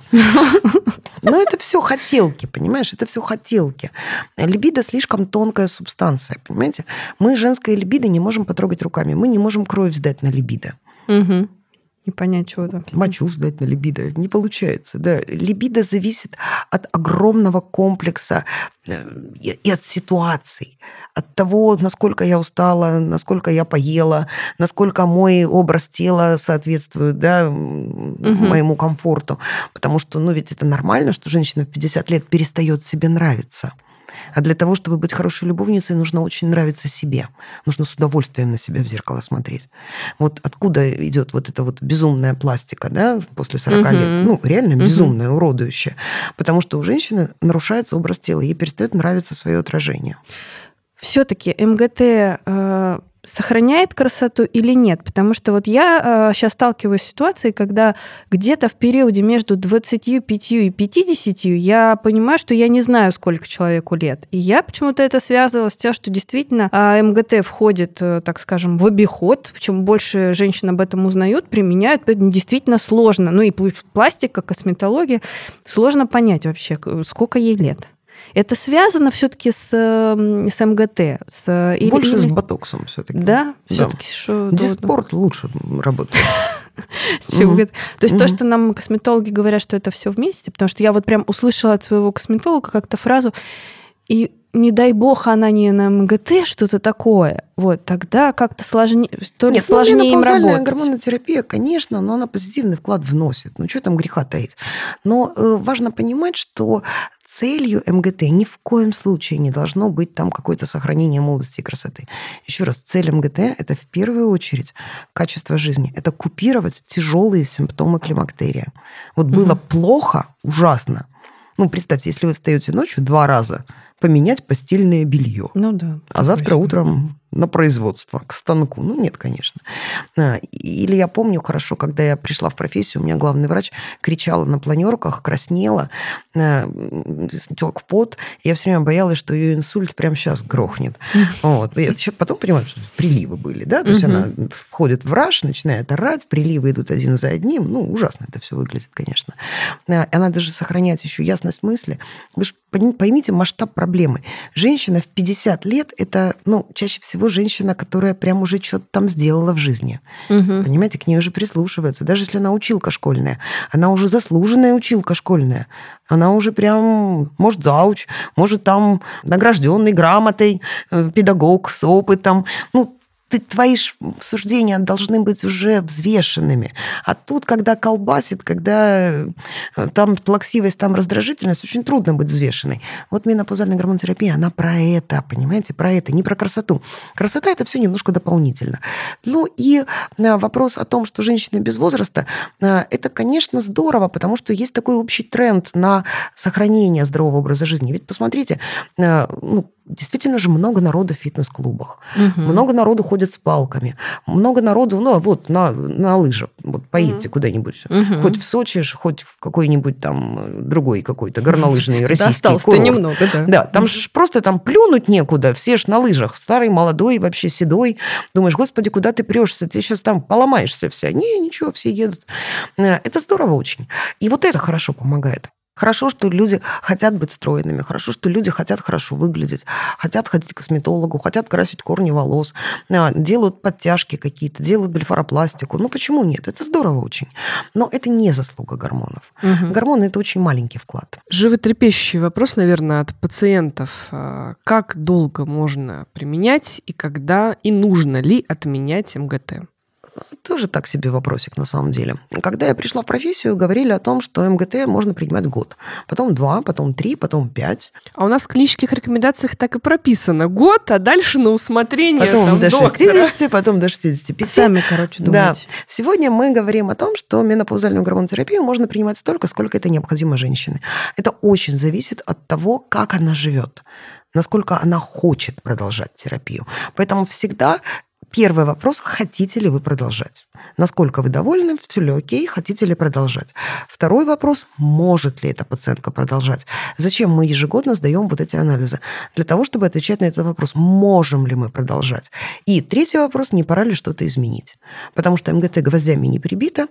Но это все хотелки, понимаешь? Это все хотелки. Либидо слишком тонкая субстанция, понимаете? Мы женское либидо не можем потрогать руками. Мы не можем кровь сдать на либидо. Угу. Не понять, чего там. Мочу сдать на либидо. Не получается, да. Либидо зависит от огромного комплекса и от ситуаций. От того, насколько я устала, насколько я поела, насколько мой образ тела соответствует, да, угу. моему комфорту. Потому что, ну, ведь это нормально, что женщина в пятьдесят лет перестает себе нравиться. А для того, чтобы быть хорошей любовницей, нужно очень нравиться себе. Нужно с удовольствием на себя в зеркало смотреть. Вот откуда идет вот эта вот безумная пластика, да, после сорока uh-huh. лет. Ну, реально безумная, uh-huh. уродующая. Потому что у женщины нарушается образ тела, ей перестает нравиться свое отражение. Все-таки МГТ э, сохраняет красоту или нет? Потому что вот я э, сейчас сталкиваюсь с ситуацией, когда где-то в периоде между двадцатью пятью и пятидесятью я понимаю, что я не знаю, сколько человеку лет. И я почему-то это связывала с тем, что действительно э, МГТ входит, э, так скажем, в обиход. Чем больше женщин об этом узнают, применяют, поэтому действительно сложно. Ну и пластика, косметология. Сложно понять вообще, сколько ей лет. Это связано все-таки с, с МГТ? С, или, Больше или... с ботоксом все-таки. Да? да. Все-таки что... Диспорт лучше работает. То есть то, что нам косметологи говорят, что это все вместе, потому что я вот прям услышала от своего косметолога как-то фразу, и не дай бог она не на МГТ, что-то такое, вот, тогда как-то сложнее, то ли Нет, сложнее ну, им работать. менопаузальная гормонотерапия, конечно, но она позитивный вклад вносит. Ну, что там греха таить? Но э, важно понимать, что целью МГТ ни в коем случае не должно быть там какое-то сохранение молодости и красоты. Еще раз, цель МГТ – это в первую очередь качество жизни. Это купировать тяжелые симптомы климактерия. Вот угу. было плохо, ужасно. Ну, представьте, если вы встаете ночью два раза, поменять постельное белье. Ну да. А завтра точно. Утром на производство, к станку. Ну, нет, конечно. Или я помню хорошо, когда я пришла в профессию, у меня главный врач кричала на планерках, краснела, тек пот. Я все время боялась, что ее инсульт прямо сейчас грохнет. Вот. Я еще потом понимаю, что приливы были, да? То есть она входит в раж, начинает орать, приливы идут один за одним. Ну, ужасно это все выглядит, конечно. Она даже сохранять еще ясность мысли. Вы же поймите масштаб проблемы. Женщина в пятьдесят лет – это, ну, чаще всего женщина, которая прям уже что-то там сделала в жизни. Угу. Понимаете, к ней уже прислушиваются. Даже если она училка школьная, она уже заслуженная училка школьная. Она уже прям, может, зауч, может, там награжденный грамотой педагог с опытом. Ну, ты, твои суждения должны быть уже взвешенными. А тут, когда колбасит, когда там плаксивость, там раздражительность, очень трудно быть взвешенной. Вот менопаузальная гормонотерапия, она про это, понимаете, про это, не про красоту. Красота – это все немножко дополнительно. Ну и вопрос о том, что женщины без возраста, это, конечно, здорово, потому что есть такой общий тренд на сохранение здорового образа жизни. Ведь посмотрите, ну, действительно же много народу в фитнес-клубах. Угу. Много народу ходит с палками. Много народу, ну, вот, на, на лыжах. Вот, поедете угу. куда-нибудь. Угу. Хоть в Сочи, хоть в какой-нибудь там другой какой-то горнолыжный российский курорт. Осталось-то немного, да. Да, там же просто там плюнуть некуда. Все ж на лыжах. Старый, молодой, вообще седой. Думаешь, господи, куда ты прешься? Ты сейчас там поломаешься вся. Не, ничего, все едут. Это здорово очень. И вот это хорошо помогает. Хорошо, что люди хотят быть стройными, хорошо, что люди хотят хорошо выглядеть, хотят ходить к косметологу, хотят красить корни волос, делают подтяжки какие-то, делают блефаропластику. Ну, почему нет? Это здорово очень. Но это не заслуга гормонов. Угу. Гормоны – это очень маленький вклад. Животрепещущий вопрос, наверное, от пациентов. Как долго можно применять и когда, и нужно ли отменять МГТ? тоже так себе вопросик на самом деле. Когда я пришла в профессию, говорили о том, что МГТ можно принимать год. Потом два, потом три, потом пять. А у нас в клинических рекомендациях так и прописано. Год, а дальше на усмотрение Потом там, до доктора. шестидесяти, потом до шестидесяти пяти. Сами, короче, Да. думаете. Сегодня мы говорим о том, что менопаузальную гормонотерапию можно принимать столько, сколько это необходимо женщине. Это очень зависит от того, как она живет, насколько она хочет продолжать терапию. Поэтому всегда первый вопрос – хотите ли вы продолжать? Насколько вы довольны, все ли окей, хотите ли продолжать? Второй вопрос – может ли эта пациентка продолжать? Зачем мы ежегодно сдаем вот эти анализы? Для того, чтобы отвечать на этот вопрос, можем ли мы продолжать? И третий вопрос – не пора ли что-то изменить? Потому что МГТ гвоздями не прибита,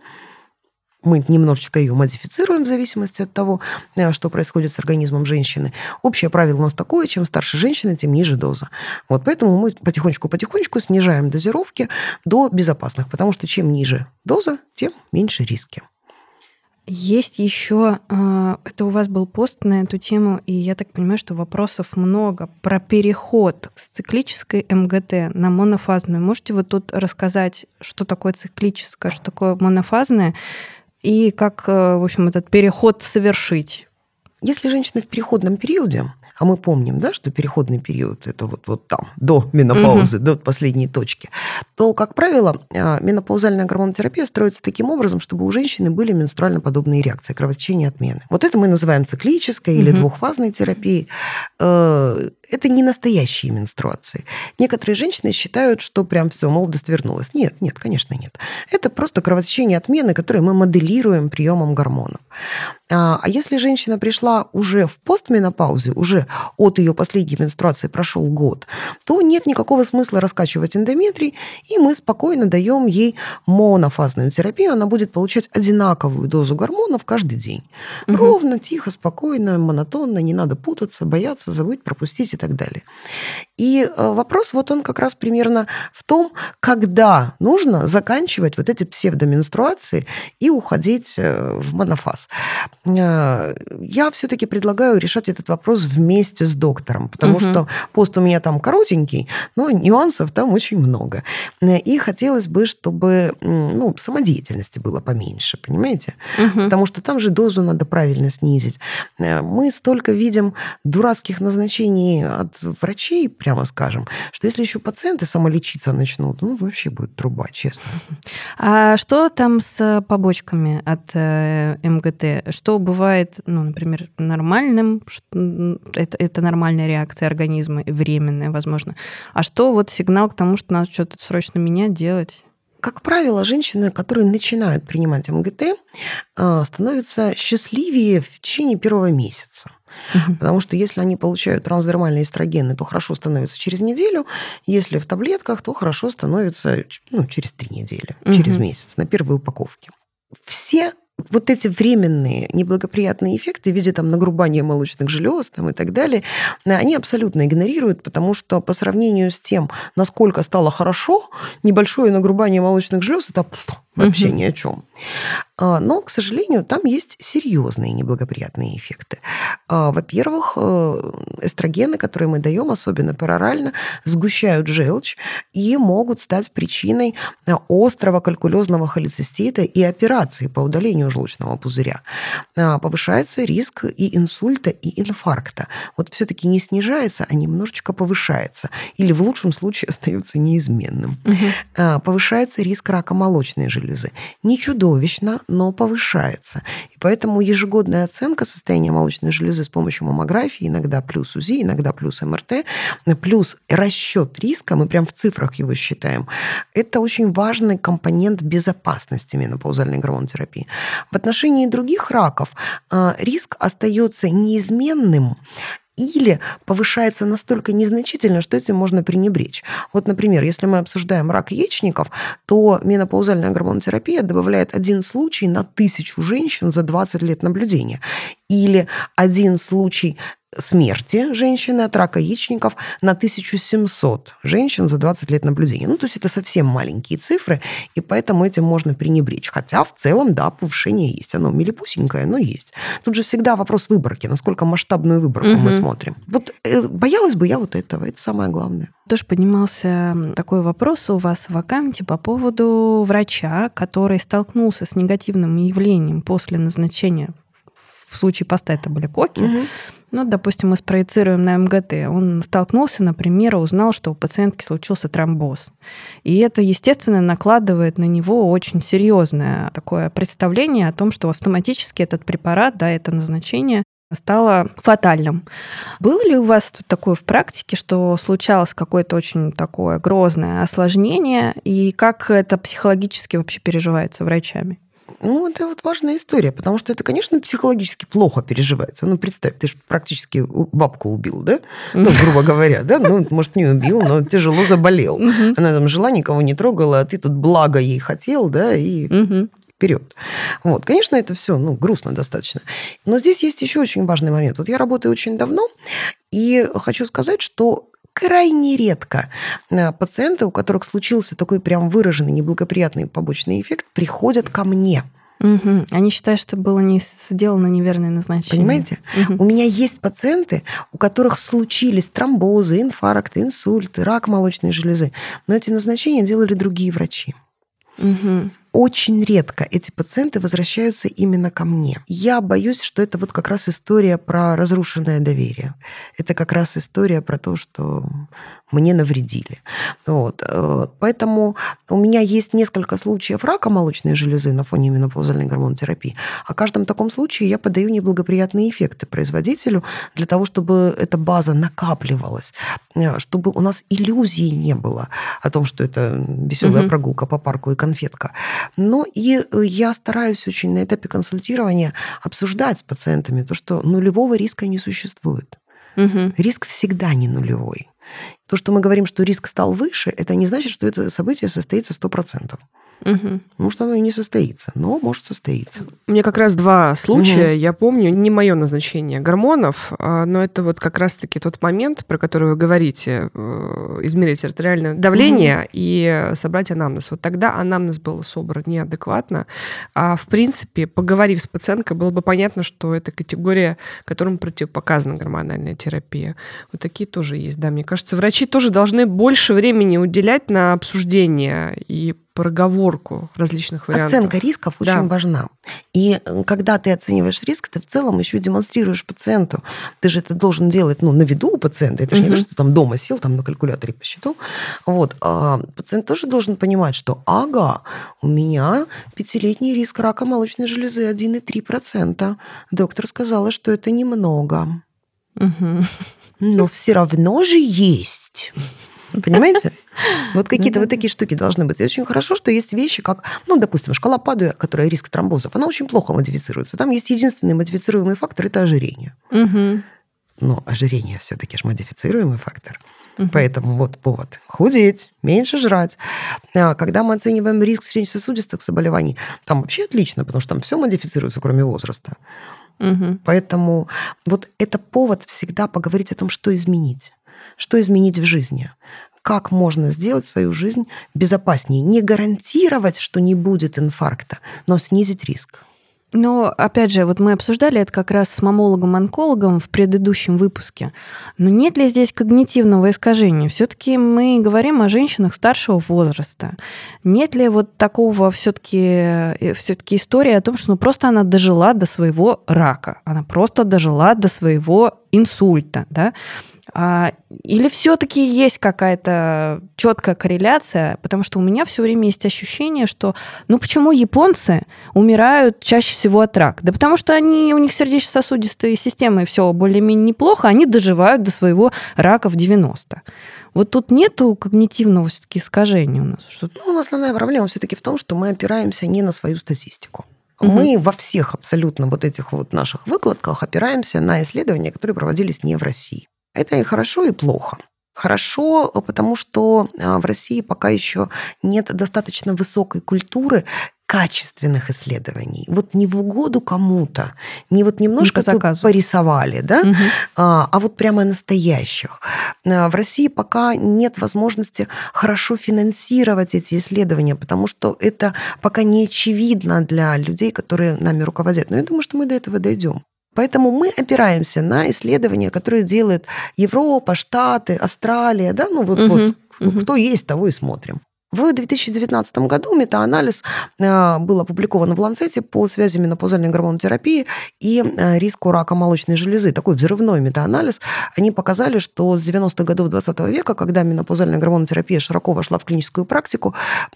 мы немножечко ее модифицируем в зависимости от того, что происходит с организмом женщины. Общее правило у нас такое: чем старше женщина, тем ниже доза. Вот поэтому мы потихонечку-потихонечку снижаем дозировки до безопасных, потому что чем ниже доза, тем меньше риски. Есть еще, это у вас был пост на эту тему, и я так понимаю, что вопросов много про переход с циклической МГТ на монофазную. Можете вот тут рассказать, что такое циклическое, что такое монофазное, и как, в общем, этот переход совершить? Если женщина в переходном периоде, а мы помним, да, что переходный период – это вот, вот там, до менопаузы, угу. до последней точки, то, как правило, менопаузальная гормонотерапия строится таким образом, чтобы у женщины были менструально-подобные реакции, кровотечение, отмены. Вот это мы называем циклической угу. или двухфазной терапией. Это не настоящие менструации. Некоторые женщины считают, что прям все, молодость вернулась. Нет, нет, конечно, нет. Это просто кровотечение, отмены, которые мы моделируем приемом гормонов. А если женщина пришла уже в постменопаузе, уже от ее последней менструации прошел год, то нет никакого смысла раскачивать эндометрий, и мы спокойно даем ей монофазную терапию. Она будет получать одинаковую дозу гормонов каждый день. Угу. Ровно, тихо, спокойно, монотонно, не надо путаться, бояться, забыть, пропустить и так далее. И вопрос вот он как раз примерно в том, когда нужно заканчивать вот эти псевдоменструации и уходить в монофаз. Я все-таки предлагаю решать этот вопрос вместе с доктором, потому угу. что пост у меня там коротенький, но нюансов там очень много. И хотелось бы, чтобы ну, самодеятельности было поменьше, понимаете? Угу. Потому что там же дозу надо правильно снизить. Мы столько видим дурацких назначений от врачей, прямо скажем, что если еще пациенты самолечиться начнут, ну, вообще будет труба, честно. А что там с побочками от МГТ? Что бывает, ну, например, нормальным? Это, это нормальная реакция организма, временная, возможно. А что вот сигнал к тому, что надо что-то срочно менять, делать? Как правило, женщины, которые начинают принимать МГТ, становятся счастливее в течение первого месяца. Угу. Потому что если они получают трансдермальные эстрогены, то хорошо становится через неделю. Если в таблетках, то хорошо становится ну, через три недели, угу. через месяц, на первой упаковке. Все вот эти временные неблагоприятные эффекты в виде там, нагрубания молочных желез там, и так далее, они абсолютно игнорируют, потому что по сравнению с тем, насколько стало хорошо, небольшое нагрубание молочных желез – это вообще угу. ни о чем. Но, к сожалению, там есть серьезные неблагоприятные эффекты. Во-первых, эстрогены, которые мы даем, особенно перорально, сгущают желчь и могут стать причиной острого калькулезного холецистита и операции по удалению желчного пузыря. Повышается риск и инсульта, и инфаркта. Вот все-таки не снижается, а немножечко повышается. Или в лучшем случае остается неизменным. Угу. Повышается риск рака молочной железы. Не чудовищно, но повышается. И поэтому ежегодная оценка состояния молочной железы с помощью маммографии, иногда плюс УЗИ, иногда плюс МРТ, плюс расчет риска, мы прям в цифрах его считаем, это очень важный компонент безопасности менопаузальной гормонотерапии. В отношении других раков риск остается неизменным, или повышается настолько незначительно, что этим можно пренебречь. Вот, например, если мы обсуждаем рак яичников, то менопаузальная гормонотерапия добавляет один случай на тысячу женщин за двадцать лет наблюдения. или один случай смерти женщины от рака яичников на тысячу семьсот женщин за двадцать лет наблюдения. Ну, то есть это совсем маленькие цифры, и поэтому этим можно пренебречь. Хотя в целом, да, повышение есть. Оно милипусенькое, но есть. Тут же всегда вопрос выборки, насколько масштабную выборку угу. мы смотрим. Вот э, боялась бы я вот этого, это самое главное. Тоже поднимался такой вопрос у вас в аккаунте по поводу врача, который столкнулся с негативным явлением после назначения, в случае постстабилококки. Угу. Ну, допустим, мы спроецируем на эм гэ тэ. Он столкнулся, например, и узнал, что у пациентки случился тромбоз. И это, естественно, накладывает на него очень серьезное такое представление о том, что автоматически этот препарат, да, это назначение стало фатальным. Было ли у вас такое в практике, что случалось какое-то очень такое грозное осложнение, и как это психологически вообще переживается врачами? Ну, это вот важная история, потому что это, конечно, психологически плохо переживается. Ну, представь, ты же практически бабку убил, да? Ну, грубо говоря, да? Ну, может, не убил, но тяжело заболел. Она там жила, никого не трогала, а ты тут благо ей хотел, да, и вперед. Вот, конечно, это все, ну, грустно достаточно. Но здесь есть еще очень важный момент. Вот я работаю очень давно, и хочу сказать, что крайне редко пациенты, у которых случился такой прям выраженный неблагоприятный побочный эффект, приходят ко мне. Угу. Они считают, что было не сделано неверное назначение. Понимаете? Угу. У меня есть пациенты, у которых случились тромбозы, инфаркты, инсульты, рак молочной железы, но эти назначения делали другие врачи. Угу. Очень редко эти пациенты возвращаются именно ко мне. Я боюсь, что это вот как раз история про разрушенное доверие. Это как раз история про то, что мне навредили. Вот. Поэтому у меня есть несколько случаев рака молочной железы на фоне менопаузальной гормонотерапии. О каждом таком случае я подаю неблагоприятные эффекты производителю для того, чтобы эта база накапливалась, чтобы у нас иллюзий не было о том, что это веселая угу. прогулка по парку и конфетка. Но и я стараюсь очень на этапе консультирования обсуждать с пациентами то, что нулевого риска не существует. Угу. Риск всегда не нулевой. То, что мы говорим, что риск стал выше, это не значит, что это событие состоится сто процентов. Угу. Может, оно и не состоится, но может состоиться. У меня как раз два случая, угу. я помню, не мое назначение гормонов, но это вот как раз-таки тот момент, про который вы говорите, измерить артериальное давление угу. и собрать анамнез. Вот тогда анамнез был собран неадекватно, а в принципе, поговорив с пациенткой, было бы понятно, что это категория, которым противопоказана гормональная терапия. Вот такие тоже есть, да. Мне кажется, врачи тоже должны больше времени уделять на обсуждение и проговорку различных вариантов. Оценка рисков очень да. важна. И когда ты оцениваешь риск, ты в целом еще демонстрируешь пациенту. Ты же это должен делать ну, на виду у пациента. Это же угу. не то, что там дома сел, там на калькуляторе посчитал. Вот. А пациент тоже должен понимать, что ага, у меня пятилетний риск рака молочной железы один и три десятых процента. Доктор сказала, что это немного. Угу. Но все равно же есть. Понимаете? Вот какие-то вот такие штуки должны быть. И очень хорошо, что есть вещи, как, ну, допустим, шкала Падуя, которая риск тромбозов, она очень плохо модифицируется. Там есть единственный модифицируемый фактор – это ожирение. Угу. Но ожирение все-таки же модифицируемый фактор. Угу. Поэтому вот повод – худеть, меньше жрать. Когда мы оцениваем риск сердечно-сосудистых заболеваний, там вообще отлично, потому что там все модифицируется, кроме возраста. Угу. Поэтому вот это повод всегда поговорить о том, что изменить. Что изменить в жизни? Как можно сделать свою жизнь безопаснее? Не гарантировать, что не будет инфаркта, но снизить риск. Но, опять же, вот мы обсуждали это как раз с мамологом-онкологом в предыдущем выпуске. Но нет ли здесь когнитивного искажения? Все-таки мы говорим о женщинах старшего возраста. Нет ли вот такого все-таки все-таки истории о том, что ну, просто она дожила до своего рака, она просто дожила до своего инсульта, да? А, или все-таки есть какая-то четкая корреляция, потому что у меня все время есть ощущение, что ну почему японцы умирают чаще всего от рака? Да потому что они, у них сердечно-сосудистые системы, все более-менее неплохо, они доживают до своего рака в девяносто. Вот тут нету когнитивного все-таки искажения у нас. Что... Ну, основная проблема все-таки в том, что мы опираемся не на свою статистику. Угу. Мы во всех абсолютно вот этих вот наших выкладках опираемся на исследования, которые проводились не в России. Это и хорошо, и плохо. Хорошо, потому что в России пока еще нет достаточно высокой культуры качественных исследований. Вот не в угоду кому-то, не вот немножко по тут порисовали, да, угу. а, а вот прямо настоящих. В России пока нет возможности хорошо финансировать эти исследования, потому что это пока не очевидно для людей, которые нами руководят. Но я думаю, что мы до этого дойдем. Поэтому мы опираемся на исследования, которые делает Европа, Штаты, Австралия, да, ну вот, угу, вот угу. кто есть, того и смотрим. В две тысячи девятнадцатом году метаанализ был опубликован в Ланцете по связи менопаузальной гормонотерапии и риску рака молочной железы. Такой взрывной метаанализ. Они показали, что с девяностых годов двадцатого века, когда менопаузальная гормонотерапия широко вошла в клиническую практику,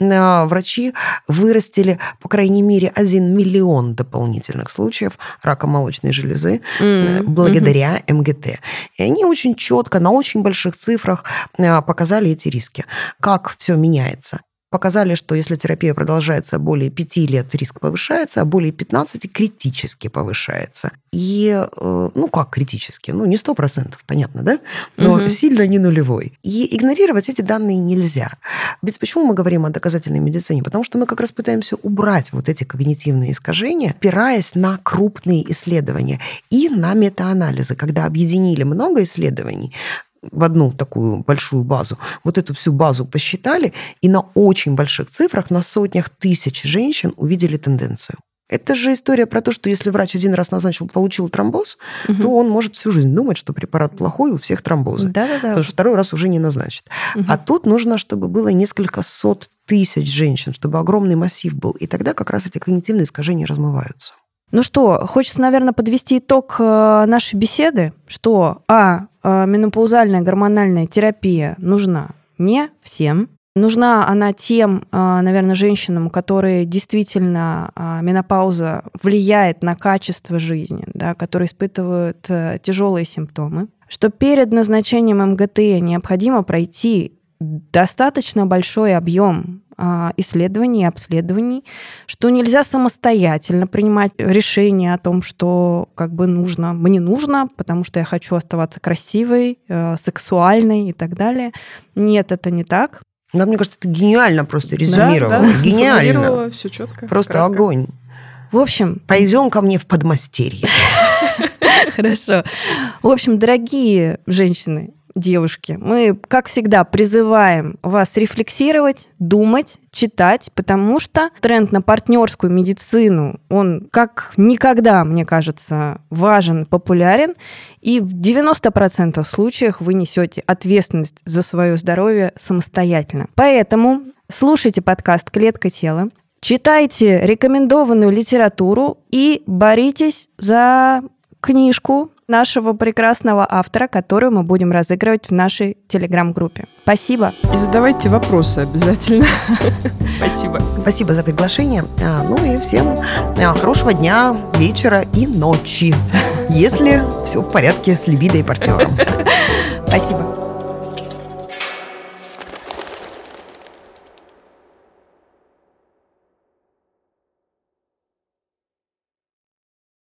врачи вырастили, по крайней мере, один миллион дополнительных случаев рака молочной железы mm-hmm. благодаря эм гэ тэ. И они очень четко, на очень больших цифрах показали эти риски. Как все меняется. Показали, что если терапия продолжается более пяти лет, риск повышается, а более пятнадцати критически повышается. И, ну как критически? Ну не сто процентов, понятно, да? Но угу. сильно не нулевой. И игнорировать эти данные нельзя. Ведь почему мы говорим о доказательной медицине? Потому что мы как раз пытаемся убрать вот эти когнитивные искажения, опираясь на крупные исследования и на метаанализы. Когда объединили много исследований, в одну такую большую базу, вот эту всю базу посчитали, и на очень больших цифрах, на сотнях тысяч женщин увидели тенденцию. Это же история про то, что если врач один раз назначил, получил тромбоз, угу. то он может всю жизнь думать, что препарат плохой, у всех тромбозы. Да-да-да. Потому что второй раз уже не назначит. Угу. А тут нужно, чтобы было несколько сот тысяч женщин, чтобы огромный массив был. И тогда как раз эти когнитивные искажения размываются. Ну что, хочется, наверное, подвести итог нашей беседы, что а, менопаузальная гормональная терапия нужна не всем. Нужна она тем, наверное, женщинам, у которых действительно менопауза влияет на качество жизни, да, которые испытывают тяжелые симптомы. Что перед назначением эм гэ тэ необходимо пройти достаточно большой объем исследований и обследований, что нельзя самостоятельно принимать решение о том, что как бы нужно, мне нужно, потому что я хочу оставаться красивой, сексуальной и так далее. Нет, это не так. Да, мне кажется, ты гениально просто резюмировала. Да, да, гениально. Все четко. Просто кратко. Огонь. В общем... Пойдем ко мне в подмастерье. Хорошо. В общем, дорогие женщины, девушки, мы, как всегда, призываем вас рефлексировать, думать, читать, потому что тренд на партнерскую медицину, он как никогда, мне кажется, важен, популярен, и в девяноста процентах случаев вы несете ответственность за свое здоровье самостоятельно. Поэтому слушайте подкаст «Клетка тела», читайте рекомендованную литературу и боритесь за книжку нашего прекрасного автора, которую мы будем разыгрывать в нашей телеграм-группе. Спасибо. И задавайте вопросы обязательно. Спасибо. Спасибо за приглашение. Ну и всем хорошего дня, вечера и ночи, если все в порядке с либидо и партнером.